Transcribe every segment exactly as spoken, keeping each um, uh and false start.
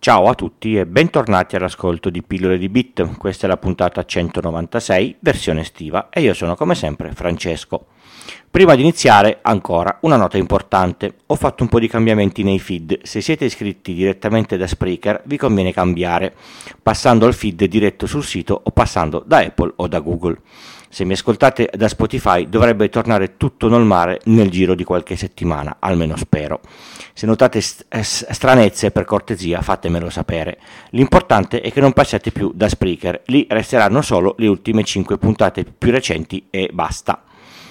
Ciao a tutti e bentornati all'ascolto di Pillole di Bit. Questa è la puntata centonovantasei, versione estiva, e io sono come sempre Francesco. Prima di iniziare, ancora, una nota importante. Ho fatto un po' di cambiamenti nei feed. Se siete iscritti direttamente da Spreaker, vi conviene cambiare, passando al feed diretto sul sito o passando da Apple o da Google. Se mi ascoltate da Spotify dovrebbe tornare tutto normale nel giro di qualche settimana, almeno spero. Se notate st- stranezze, per cortesia fatemelo sapere. L'importante è che non passiate più da Spreaker, lì resteranno solo le ultime cinque puntate più recenti e basta.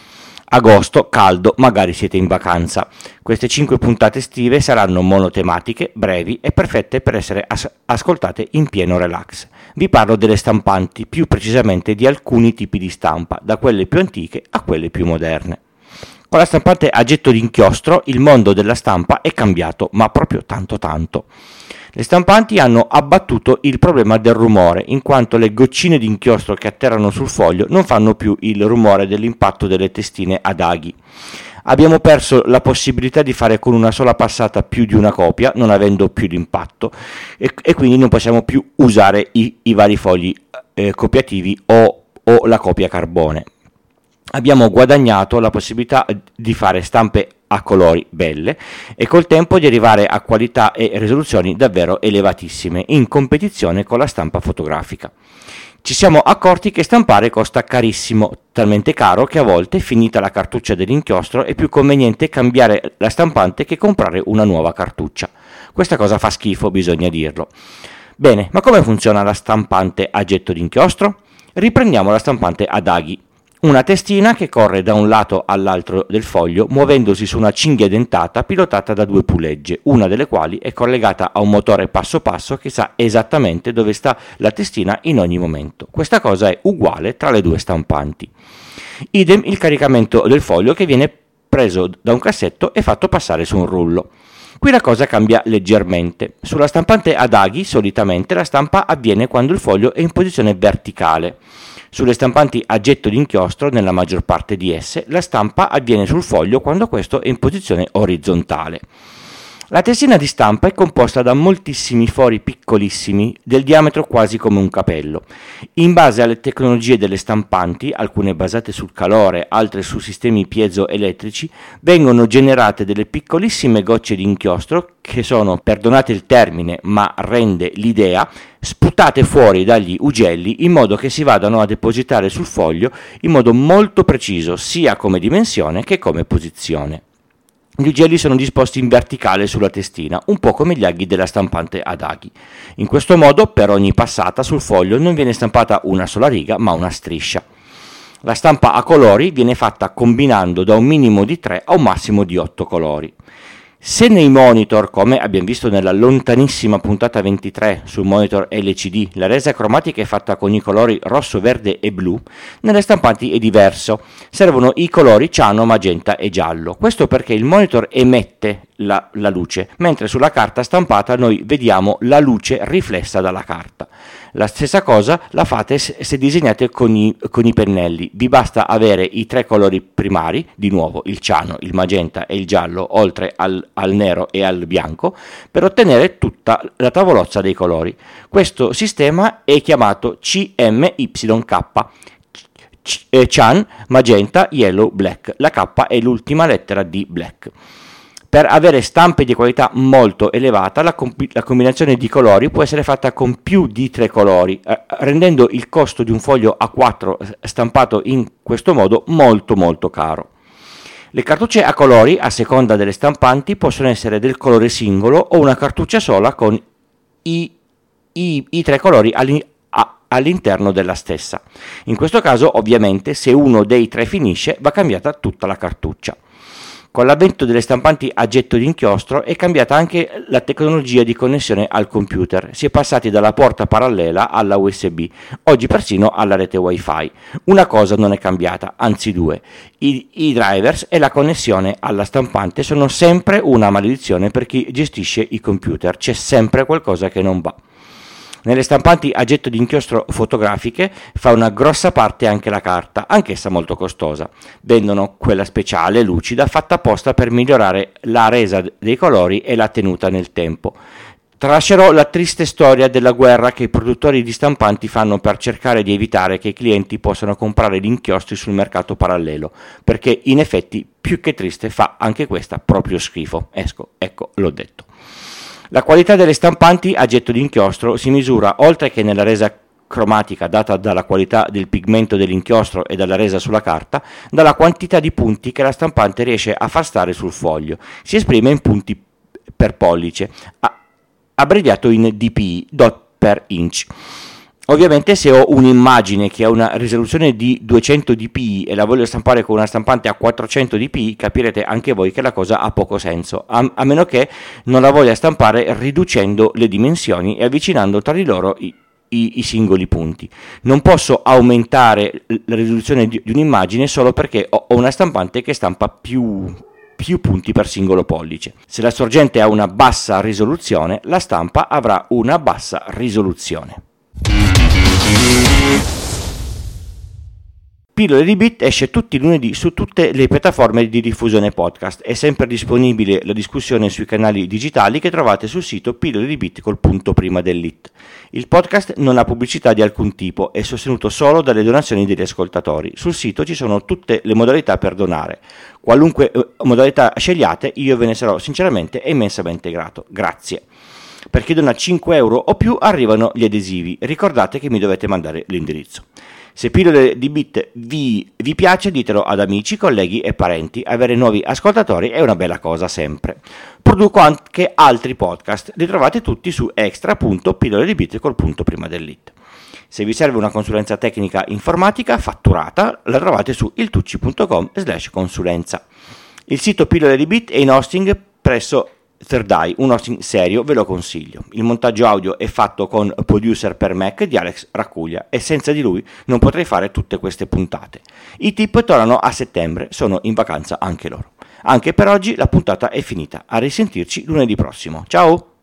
Agosto, caldo, magari siete in vacanza. Queste cinque puntate estive saranno monotematiche, brevi e perfette per essere as- ascoltate in pieno relax. Vi parlo delle stampanti, più precisamente di alcuni tipi di stampa, da quelle più antiche a quelle più moderne. Con la stampante a getto d'inchiostro il mondo della stampa è cambiato, ma proprio tanto tanto. Le stampanti hanno abbattuto il problema del rumore, in quanto le goccine di inchiostro che atterrano sul foglio non fanno più il rumore dell'impatto delle testine ad aghi. Abbiamo perso la possibilità di fare con una sola passata più di una copia, non avendo più l'impatto, e, e quindi non possiamo più usare i, i vari fogli eh, copiativi o, o la copia carbone. Abbiamo guadagnato la possibilità di fare stampe a colori belle e col tempo di arrivare a qualità e risoluzioni davvero elevatissime in competizione con la stampa fotografica. Ci siamo accorti che stampare costa carissimo, talmente caro che a volte, finita la cartuccia dell'inchiostro, è più conveniente cambiare la stampante che comprare una nuova cartuccia. Questa cosa fa schifo, bisogna dirlo. Bene, ma come funziona la stampante a getto d'inchiostro? Riprendiamo la stampante ad aghi. Una testina che corre da un lato all'altro del foglio muovendosi su una cinghia dentata pilotata da due pulegge, una delle quali è collegata a un motore passo passo che sa esattamente dove sta la testina in ogni momento. Questa cosa è uguale tra le due stampanti. Idem il caricamento del foglio che viene preso da un cassetto e fatto passare su un rullo. Qui la cosa cambia leggermente. Sulla stampante ad aghi solitamente la stampa avviene quando il foglio è in posizione verticale. Sulle stampanti a getto d'inchiostro, nella maggior parte di esse, la stampa avviene sul foglio quando questo è in posizione orizzontale. La testina di stampa è composta da moltissimi fori piccolissimi, del diametro quasi come un capello. In base alle tecnologie delle stampanti, alcune basate sul calore, altre su sistemi piezoelettrici, vengono generate delle piccolissime gocce di inchiostro che sono, perdonate il termine, ma rende l'idea, sputate fuori dagli ugelli in modo che si vadano a depositare sul foglio in modo molto preciso, sia come dimensione che come posizione. Gli ugelli sono disposti in verticale sulla testina, un po' come gli aghi della stampante ad aghi. In questo modo, per ogni passata sul foglio non viene stampata una sola riga, ma una striscia. La stampa a colori viene fatta combinando da un minimo di tre a un massimo di otto colori. Se nei monitor, come abbiamo visto nella lontanissima puntata ventitré sul monitor L C D, la resa cromatica è fatta con i colori rosso, verde e blu, nelle stampanti è diverso. Servono i colori ciano, magenta e giallo. Questo perché il monitor emette la, la luce, mentre sulla carta stampata noi vediamo la luce riflessa dalla carta. La stessa cosa la fate se disegnate con i, con i pennelli. Vi basta avere i tre colori primari, di nuovo il ciano, il magenta e il giallo, oltre al, al nero e al bianco, per ottenere tutta la tavolozza dei colori. Questo sistema è chiamato C M Y K. Cyan, magenta, yellow, black. La K è l'ultima lettera di black. Per avere stampe di qualità molto elevata, la, comp- la combinazione di colori può essere fatta con più di tre colori, eh, rendendo il costo di un foglio A quattro stampato in questo modo molto molto caro. Le cartucce a colori, a seconda delle stampanti, possono essere del colore singolo o una cartuccia sola con i, i, i tre colori all'in- a- all'interno della stessa. In questo caso, ovviamente, se uno dei tre finisce, va cambiata tutta la cartuccia. Con l'avvento delle stampanti a getto d'inchiostro è cambiata anche la tecnologia di connessione al computer. Si è passati dalla porta parallela alla U S B, oggi persino alla rete Wi-Fi. Una cosa non è cambiata, anzi due. I, i drivers e la connessione alla stampante sono sempre una maledizione per chi gestisce i computer. C'è sempre qualcosa che non va. Nelle stampanti a getto di inchiostro fotografiche fa una grossa parte anche la carta, anch'essa molto costosa. Vendono quella speciale, lucida, fatta apposta per migliorare la resa dei colori e la tenuta nel tempo. Tralascerò la triste storia della guerra che i produttori di stampanti fanno per cercare di evitare che i clienti possano comprare gli inchiostri sul mercato parallelo, perché in effetti più che triste fa anche questa proprio schifo. Esco, ecco, l'ho detto. La qualità delle stampanti a getto di inchiostro si misura, oltre che nella resa cromatica data dalla qualità del pigmento dell'inchiostro e dalla resa sulla carta, dalla quantità di punti che la stampante riesce a far stare sul foglio. Si esprime in punti per pollice, abbreviato in D P I, dot per inch. Ovviamente se ho un'immagine che ha una risoluzione di duecento d p i e la voglio stampare con una stampante a quattrocento d p i, capirete anche voi che la cosa ha poco senso, a, a meno che non la voglia stampare riducendo le dimensioni e avvicinando tra di loro i, i, i singoli punti. Non posso aumentare la risoluzione di, di un'immagine solo perché ho, ho una stampante che stampa più... più punti per singolo pollice. Se la sorgente ha una bassa risoluzione, la stampa avrà una bassa risoluzione. Pillole di Bit esce tutti i lunedì su tutte le piattaforme di diffusione podcast. È sempre disponibile la discussione sui canali digitali che trovate sul sito pillole di bit col punto prima dell'it. Il podcast non ha pubblicità di alcun tipo, è sostenuto solo dalle donazioni degli ascoltatori. Sul sito ci sono tutte le modalità per donare. Qualunque eh, modalità scegliate, io ve ne sarò sinceramente e immensamente grato. Grazie. Per chi dona cinque euro o più arrivano gli adesivi. Ricordate che mi dovete mandare l'indirizzo. Se Pillole di Bit vi, vi piace, ditelo ad amici, colleghi e parenti. Avere nuovi ascoltatori è una bella cosa sempre. Produco anche altri podcast, li trovate tutti su extra punto pillole di bit col punto prima dell'it. Se vi serve una consulenza tecnica informatica fatturata, la trovate su iltucci punto com slash consulenza. Il sito Pillole di Bit è in hosting presso Third Eye, un hosting serio, ve lo consiglio. Il montaggio audio è fatto con Producer per Mac di Alex Raccuglia e senza di lui non potrei fare tutte queste puntate. I tip tornano a settembre, sono in vacanza anche loro. Anche per oggi la puntata è finita, a risentirci lunedì prossimo. Ciao!